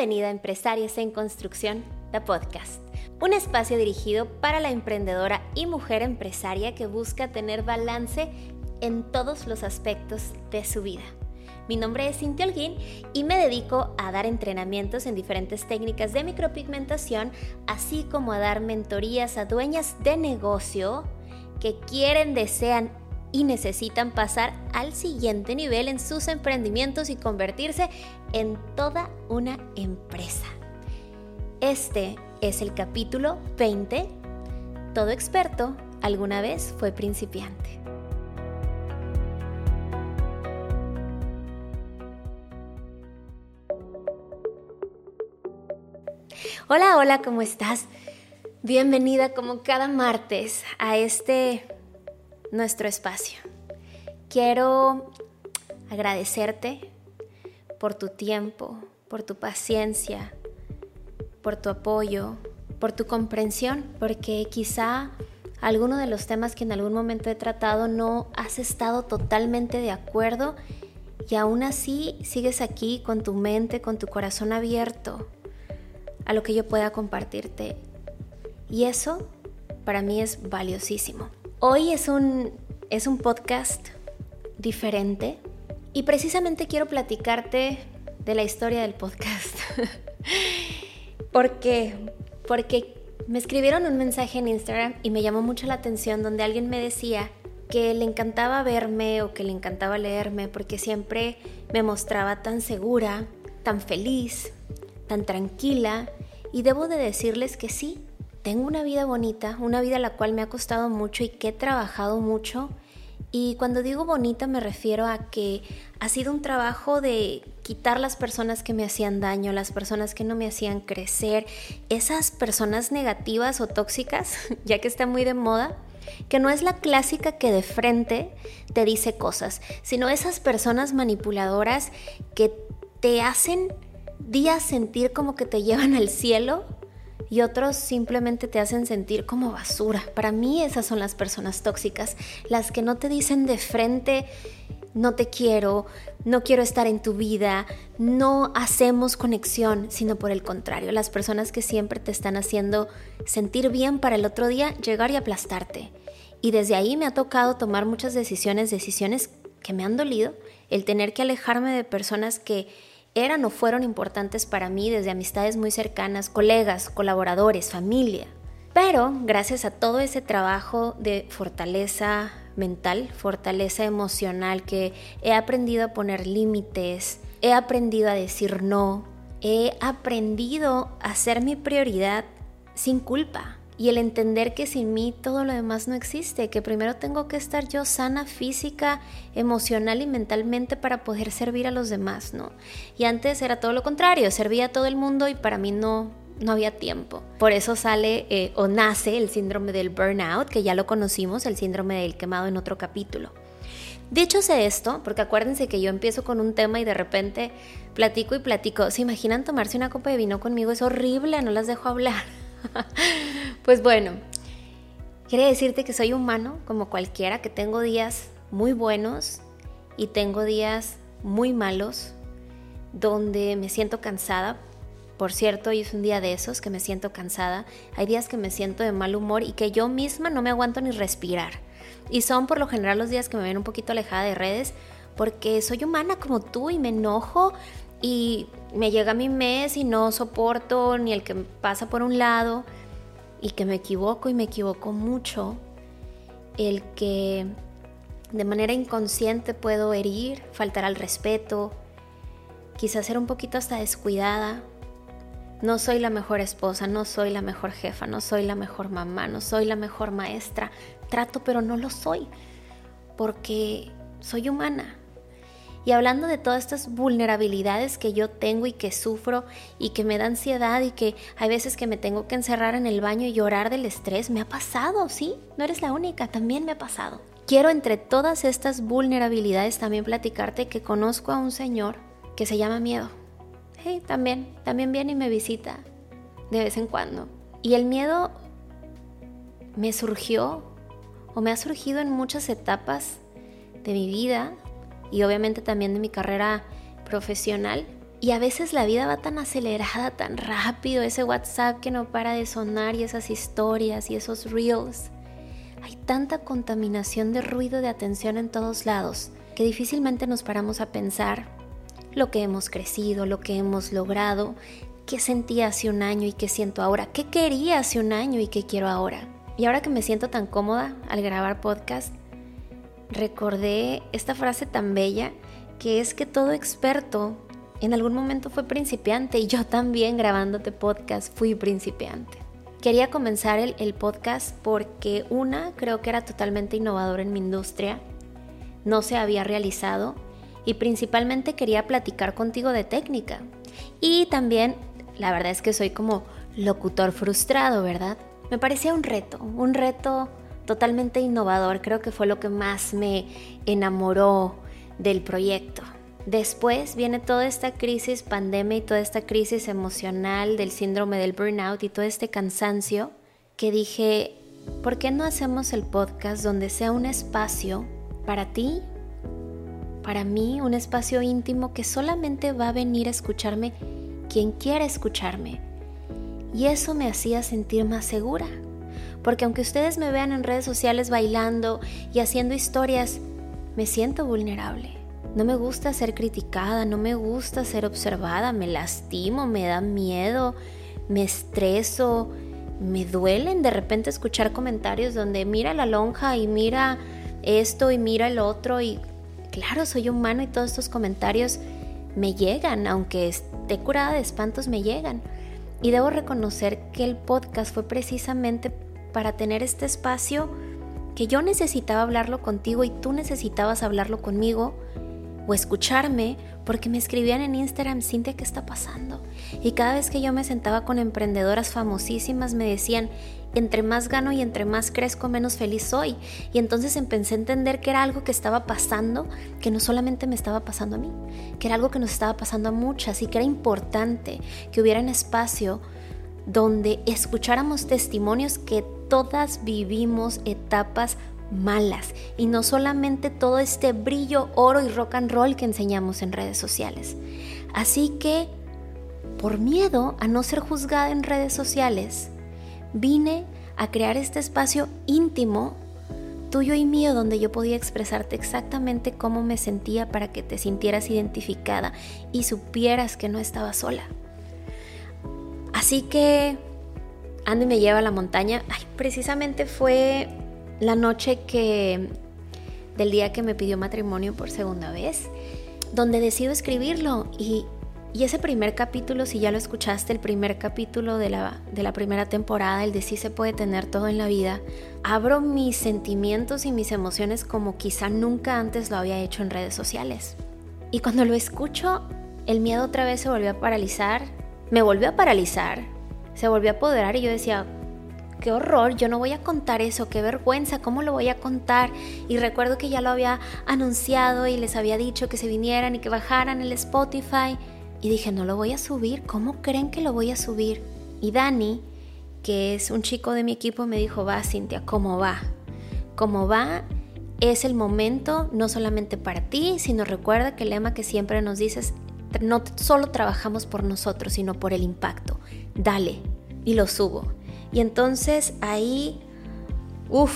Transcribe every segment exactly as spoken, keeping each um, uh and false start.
Bienvenida a Empresarias en Construcción, The Podcast, un espacio dirigido para la emprendedora y mujer empresaria que busca tener balance en todos los aspectos de su vida. Mi nombre es Cintia Holguín y me dedico a dar entrenamientos en diferentes técnicas de micropigmentación, así como a dar mentorías a dueñas de negocio que quieren, desean y necesitan pasar al siguiente nivel en sus emprendimientos y convertirse en toda una empresa. Este es el capítulo veinte. Todo experto alguna vez fue principiante. Hola, hola, ¿cómo estás? Bienvenida como cada martes a este nuestro espacio. Quiero agradecerte por tu tiempo, por tu paciencia, por tu apoyo, por tu comprensión, porque quizá alguno de los temas que en algún momento he tratado no has estado totalmente de acuerdo y aún así sigues aquí con tu mente, con tu corazón abierto a lo que yo pueda compartirte. Y eso para mí es valiosísimo. Hoy es un, es un podcast diferente y precisamente quiero platicarte de la historia del podcast. ¿Por qué? Porque me escribieron un mensaje en Instagram y me llamó mucho la atención donde alguien me decía que le encantaba verme o que le encantaba leerme porque siempre me mostraba tan segura, tan feliz, tan tranquila, y debo de decirles que sí, tengo una vida bonita, una vida la cual me ha costado mucho y que he trabajado mucho. Y cuando digo bonita me refiero a que ha sido un trabajo de quitar las personas que me hacían daño, las personas que no me hacían crecer, esas personas negativas o tóxicas, ya que está muy de moda, que no es la clásica que de frente te dice cosas, sino esas personas manipuladoras que te hacen días sentir como que te llevan al cielo y otros simplemente te hacen sentir como basura. Para mí esas son las personas tóxicas, las que no te dicen de frente no te quiero, no quiero estar en tu vida, no hacemos conexión, sino por el contrario, las personas que siempre te están haciendo sentir bien para el otro día llegar y aplastarte. Y desde ahí me ha tocado tomar muchas decisiones, decisiones que me han dolido, el tener que alejarme de personas que eran o fueron importantes para mí, desde amistades muy cercanas, colegas, colaboradores, familia. Pero gracias a todo ese trabajo de fortaleza mental, fortaleza emocional, que he aprendido a poner límites, he aprendido a decir no, he aprendido a ser mi prioridad sin culpa. Y el entender que sin mí todo lo demás no existe, que primero tengo que estar yo sana física, emocional y mentalmente para poder servir a los demás, ¿no? Y antes era todo lo contrario, servía a todo el mundo y para mí no, no había tiempo. Por eso sale eh, o nace el síndrome del burnout, que ya lo conocimos, el síndrome del quemado en otro capítulo. Dicho sea esto, porque acuérdense que yo empiezo con un tema y de repente platico y platico. ¿Se imaginan tomarse una copa de vino conmigo? Es horrible, no las dejo hablar. Pues bueno, quiere decirte que soy humano como cualquiera, que tengo días muy buenos y tengo días muy malos donde me siento cansada. Por cierto, hoy es un día de esos que me siento cansada. Hay días que me siento de mal humor y que yo misma no me aguanto ni respirar. Y son por lo general los días que me ven un poquito alejada de redes porque soy humana como tú y me enojo. Y me llega mi mes y no soporto ni el que pasa por un lado y que me equivoco y me equivoco mucho. El que de manera inconsciente puedo herir, faltar al respeto, quizás ser un poquito hasta descuidada. No soy la mejor esposa, no soy la mejor jefa, no soy la mejor mamá, no soy la mejor maestra. Trato, pero no lo soy porque soy humana. Y hablando de todas estas vulnerabilidades que yo tengo y que sufro y que me da ansiedad y que hay veces que me tengo que encerrar en el baño y llorar del estrés, me ha pasado, ¿sí? No eres la única, también me ha pasado. Quiero entre todas estas vulnerabilidades también platicarte que conozco a un señor que se llama miedo. Hey, también, también viene y me visita de vez en cuando. Y el miedo me surgió o me ha surgido en muchas etapas de mi vida y obviamente también de mi carrera profesional, Y a veces la vida va tan acelerada, tan rápido, ese WhatsApp que no para de sonar y esas historias y esos reels. Hay tanta contaminación de ruido, de atención en todos lados, que difícilmente nos paramos a pensar lo que hemos crecido, lo que hemos logrado, qué sentía hace un año y qué siento ahora, qué quería hace un año y qué quiero ahora. Y ahora que me siento tan cómoda al grabar podcast, recordé esta frase tan bella que es que todo experto en algún momento fue principiante, y yo también grabándote podcast fui principiante. Quería comenzar el, el podcast porque una, creo que era totalmente innovador en mi industria, no se había realizado y principalmente quería platicar contigo de técnica. Y también, la verdad es que soy como locutor frustrado, ¿verdad? Me parecía un reto, un reto totalmente innovador, creo que fue lo que más me enamoró del proyecto. Después viene toda esta crisis pandemia y toda esta crisis emocional del síndrome del burnout y todo este cansancio que dije, ¿por qué no hacemos el podcast donde sea un espacio para ti, para mí, un espacio íntimo que solamente va a venir a escucharme quien quiera escucharme? Y eso me hacía sentir más segura, porque aunque ustedes me vean en redes sociales bailando y haciendo historias, me siento vulnerable. No me gusta ser criticada, no me gusta ser observada, me lastimo, me da miedo, me estreso, me duelen de repente escuchar comentarios donde mira la lonja y mira esto y mira el otro, y claro, soy humano y todos estos comentarios me llegan, aunque esté curada de espantos me llegan. Y debo reconocer que el podcast fue precisamente para tener este espacio que yo necesitaba hablarlo contigo y tú necesitabas hablarlo conmigo, o escucharme, porque me escribían en Instagram, Cintia, ¿qué está pasando? Y cada vez que yo me sentaba con emprendedoras famosísimas me decían, entre más gano y entre más crezco, menos feliz soy. Y entonces empecé a entender que era algo que estaba pasando, que no solamente me estaba pasando a mí, que era algo que nos estaba pasando a muchas, y que era importante que hubiera un espacio donde escucháramos testimonios que todas vivimos etapas malas, y no solamente todo este brillo, oro y rock and roll que enseñamos en redes sociales. Así que, por miedo a no ser juzgada en redes sociales, vine a crear este espacio íntimo, tuyo y mío, donde yo podía expresarte exactamente cómo me sentía para que te sintieras identificada y supieras que no estaba sola. Así que Andy me lleva a la montaña. Ay, precisamente fue la noche que del día que me pidió matrimonio por segunda vez, donde decido escribirlo. Y, y ese primer capítulo, si ya lo escuchaste, el primer capítulo de la, de la primera temporada, el de sí se puede tener todo en la vida, abro mis sentimientos y mis emociones como quizá nunca antes lo había hecho en redes sociales. Y cuando lo escucho, el miedo otra vez se volvió a paralizar, me volvió a paralizar, se volvió a apoderar, y yo decía, qué horror, yo no voy a contar eso, qué vergüenza, ¿cómo lo voy a contar? Y recuerdo que ya lo había anunciado y les había dicho que se vinieran y que bajaran el Spotify. Y dije, no lo voy a subir, ¿cómo creen que lo voy a subir? Y Dani, que es un chico de mi equipo, me dijo, va Cintia, ¿cómo va? ¿Cómo va? Es el momento, no solamente para ti, sino recuerda que el lema que siempre nos dices, no solo trabajamos por nosotros, sino por el impacto. Dale, y lo subo. Y entonces ahí, uff,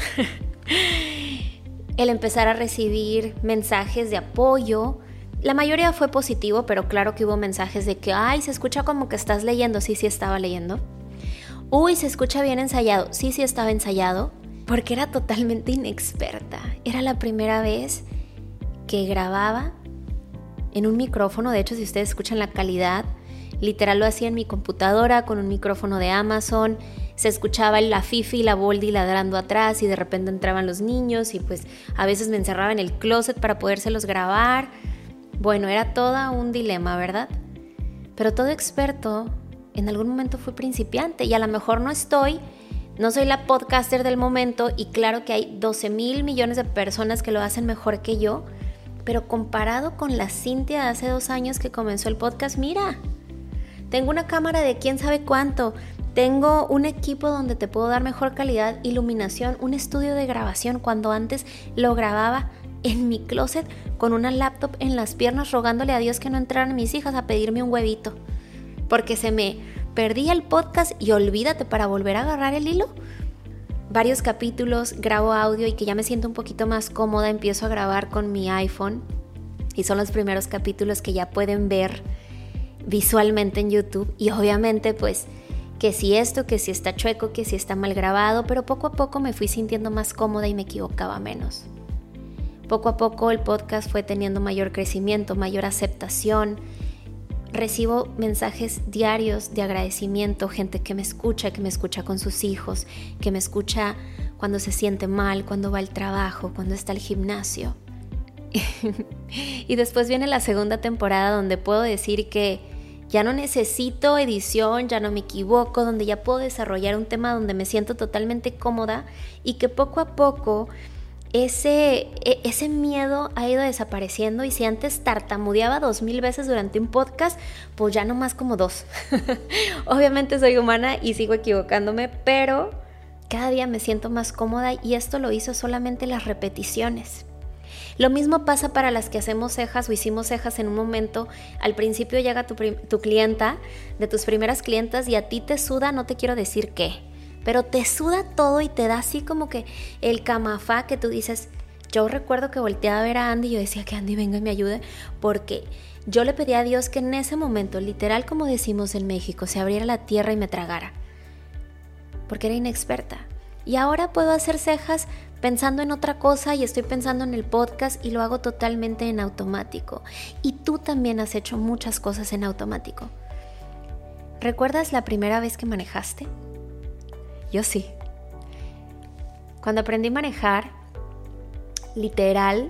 el empezar a recibir mensajes de apoyo, la mayoría fue positivo, pero claro que hubo mensajes de que, ay, se escucha como que estás leyendo, sí, sí estaba leyendo. Uy, se escucha bien ensayado, sí, sí estaba ensayado, porque era totalmente inexperta. Era la primera vez que grababa en un micrófono. De hecho, si ustedes escuchan la calidad, literal lo hacía en mi computadora con un micrófono de Amazon. Se escuchaba la Fifi y la Boldi ladrando atrás, y de repente entraban los niños, y pues a veces me encerraba en el closet para podérselos grabar. Bueno, era todo un dilema, ¿verdad? Pero todo experto en algún momento fue principiante, y a lo mejor no estoy, no soy la podcaster del momento, y claro que hay doce mil millones de personas que lo hacen mejor que yo, pero comparado con la Cintia de hace dos años que comenzó el podcast, mira, tengo una cámara de quién sabe cuánto, tengo un equipo donde te puedo dar mejor calidad, iluminación, un estudio de grabación, cuando antes lo grababa en mi closet con una laptop en las piernas rogándole a Dios que no entraran mis hijas a pedirme un huevito. Porque se me perdía el podcast y olvídate, para volver a agarrar el hilo. Varios capítulos, grabo audio y que ya me siento un poquito más cómoda, empiezo a grabar con mi iPhone. Y son los primeros capítulos que ya pueden ver visualmente en YouTube. Y obviamente pues que si esto, que si está chueco, que si está mal grabado, pero poco a poco me fui sintiendo más cómoda y me equivocaba menos. Poco a poco el podcast fue teniendo mayor crecimiento, mayor aceptación. Recibo mensajes diarios de agradecimiento, gente que me escucha, que me escucha con sus hijos, que me escucha cuando se siente mal, cuando va al trabajo, cuando está al gimnasio. Y después viene la segunda temporada donde puedo decir que ya no necesito edición, ya no me equivoco, donde ya puedo desarrollar un tema donde me siento totalmente cómoda y que poco a poco ese, ese miedo ha ido desapareciendo. Y si antes tartamudeaba dos mil veces durante un podcast, pues ya no más como dos. Obviamente soy humana y sigo equivocándome, pero cada día me siento más cómoda y esto lo hizo solamente las repeticiones. Lo mismo pasa para las que hacemos cejas o hicimos cejas en un momento. Al principio llega tu, tu clienta, de tus primeras clientas, y a ti te suda, no te quiero decir qué, pero te suda todo y te da así como que el camafá que tú dices. Yo recuerdo que volteaba a ver a Andy y yo decía que Andy venga y me ayude, porque yo le pedí a Dios que en ese momento, literal como decimos en México, se abriera la tierra y me tragara, porque era inexperta. Y ahora puedo hacer cejas pensando en otra cosa y estoy pensando en el podcast y lo hago totalmente en automático. Y tú también has hecho muchas cosas en automático. ¿Recuerdas la primera vez que manejaste? Yo sí. Cuando aprendí a manejar, literal,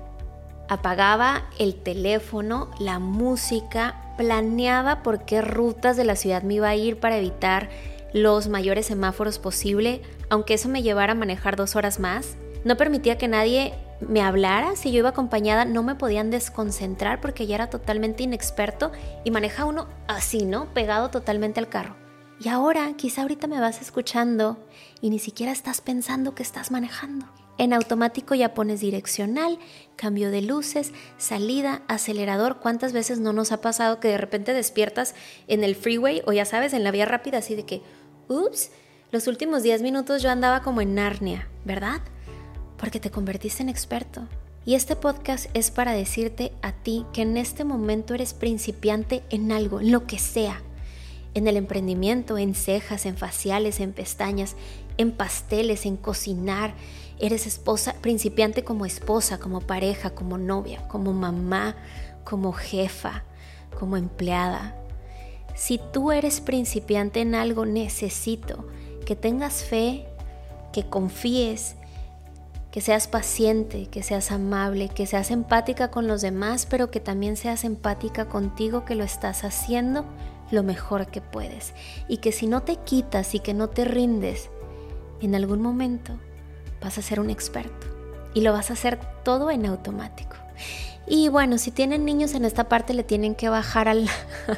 apagaba el teléfono, la música, planeaba por qué rutas de la ciudad me iba a ir para evitar los mayores semáforos posible, aunque eso me llevara a manejar dos horas más. No permitía que nadie me hablara. Si yo iba acompañada no me podían desconcentrar porque ya era totalmente inexperto y maneja uno así, ¿no? Pegado totalmente al carro. Y ahora, quizá ahorita me vas escuchando y ni siquiera estás pensando que estás manejando. En automático ya pones direccional, cambio de luces, salida, acelerador. ¿Cuántas veces no nos ha pasado que de repente despiertas en el freeway o ya sabes, en la vía rápida, así de que, ups, los últimos diez minutos yo andaba como en Narnia, ¿verdad? Porque te convertiste en experto. Y este podcast es para decirte a ti que en este momento eres principiante en algo, en lo que sea. En el emprendimiento, en cejas, en faciales, en pestañas, en pasteles, en cocinar. Eres esposa, principiante como esposa, como pareja, como novia, como mamá, como jefa, como empleada. Si tú eres principiante en algo, necesito que tengas fe, que confíes, que seas paciente, que seas amable, que seas empática con los demás, pero que también seas empática contigo, que lo estás haciendo lo mejor que puedes. Y que si no te quitas y que no te rindes, en algún momento vas a ser un experto y lo vas a hacer todo en automático. Y bueno, si tienen niños en esta parte le tienen que bajar al...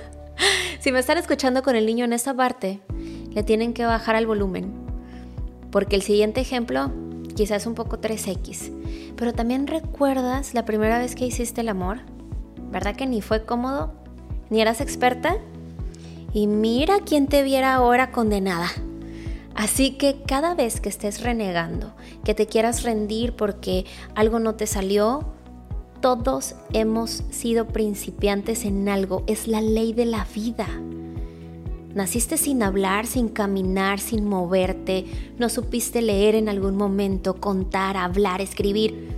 Si me están escuchando con el niño en esta parte, le tienen que bajar al volumen, porque el siguiente ejemplo quizás es un poco tres equis. Pero también recuerdas la primera vez que hiciste el amor, ¿verdad que ni fue cómodo? ¿Ni eras experta? Y mira quién te viera ahora condenada. Así que cada vez que estés renegando, que te quieras rendir porque algo no te salió, todos hemos sido principiantes en algo. Es la ley de la vida. Naciste sin hablar, sin caminar, sin moverte. No supiste leer en algún momento, contar, hablar, escribir.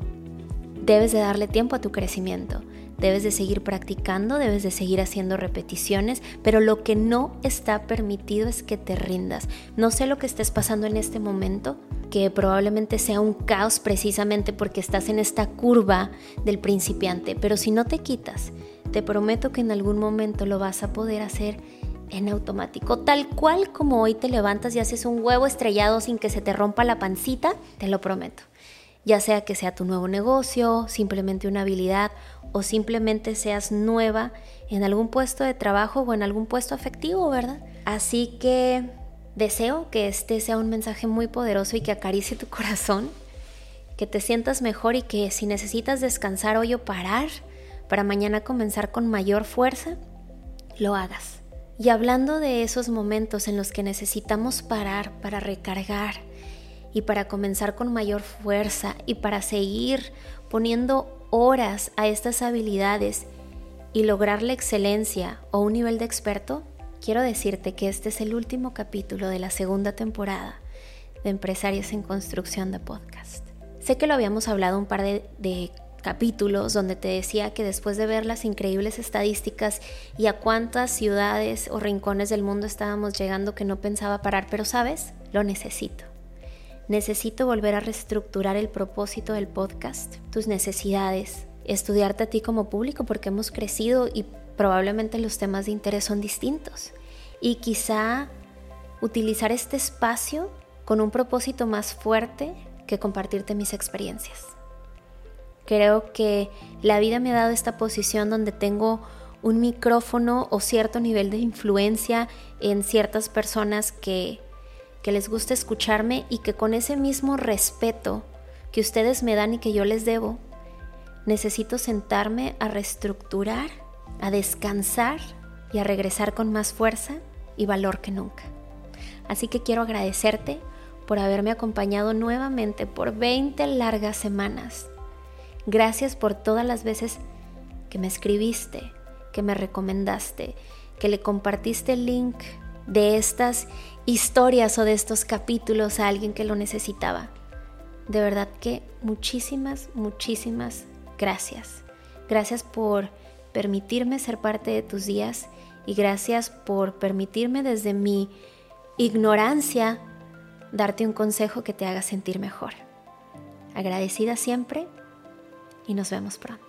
Debes de darle tiempo a tu crecimiento. Debes de seguir practicando, debes de seguir haciendo repeticiones, pero lo que no está permitido es que te rindas. No sé lo que estés pasando en este momento, que probablemente sea un caos precisamente porque estás en esta curva del principiante, pero si no te quitas, te prometo que en algún momento lo vas a poder hacer en automático, tal cual como hoy te levantas y haces un huevo estrellado sin que se te rompa la pancita, te lo prometo. Ya sea que sea tu nuevo negocio, simplemente una habilidad o simplemente seas nueva en algún puesto de trabajo o en algún puesto afectivo, ¿verdad? Así que deseo que este sea un mensaje muy poderoso y que acaricie tu corazón, que te sientas mejor y que si necesitas descansar hoy o parar para mañana comenzar con mayor fuerza, lo hagas. Y hablando de esos momentos en los que necesitamos parar para recargar y para comenzar con mayor fuerza y para seguir poniendo horas a estas habilidades y lograr la excelencia o un nivel de experto, quiero decirte que este es el último capítulo de la segunda temporada de Empresarios en Construcción de Podcast. Sé que lo habíamos hablado un par de, de capítulos donde te decía que después de ver las increíbles estadísticas y a cuántas ciudades o rincones del mundo estábamos llegando que no pensaba parar, pero ¿sabes? Lo necesito. Necesito volver a reestructurar el propósito del podcast, tus necesidades, estudiarte a ti como público porque hemos crecido y probablemente los temas de interés son distintos. Y quizá utilizar este espacio con un propósito más fuerte que compartirte mis experiencias. Creo que la vida me ha dado esta posición donde tengo un micrófono o cierto nivel de influencia en ciertas personas que, que les gusta escucharme y que con ese mismo respeto que ustedes me dan y que yo les debo, necesito sentarme a reestructurar, a descansar y a regresar con más fuerza y valor que nunca. Así que quiero agradecerte por haberme acompañado nuevamente por veinte largas semanas. Gracias por todas las veces que me escribiste, que me recomendaste, que le compartiste el link de estas historias o de estos capítulos a alguien que lo necesitaba. De verdad que muchísimas, muchísimas gracias. Gracias por permitirme ser parte de tus días y gracias por permitirme desde mi ignorancia darte un consejo que te haga sentir mejor. Agradecida siempre y nos vemos pronto.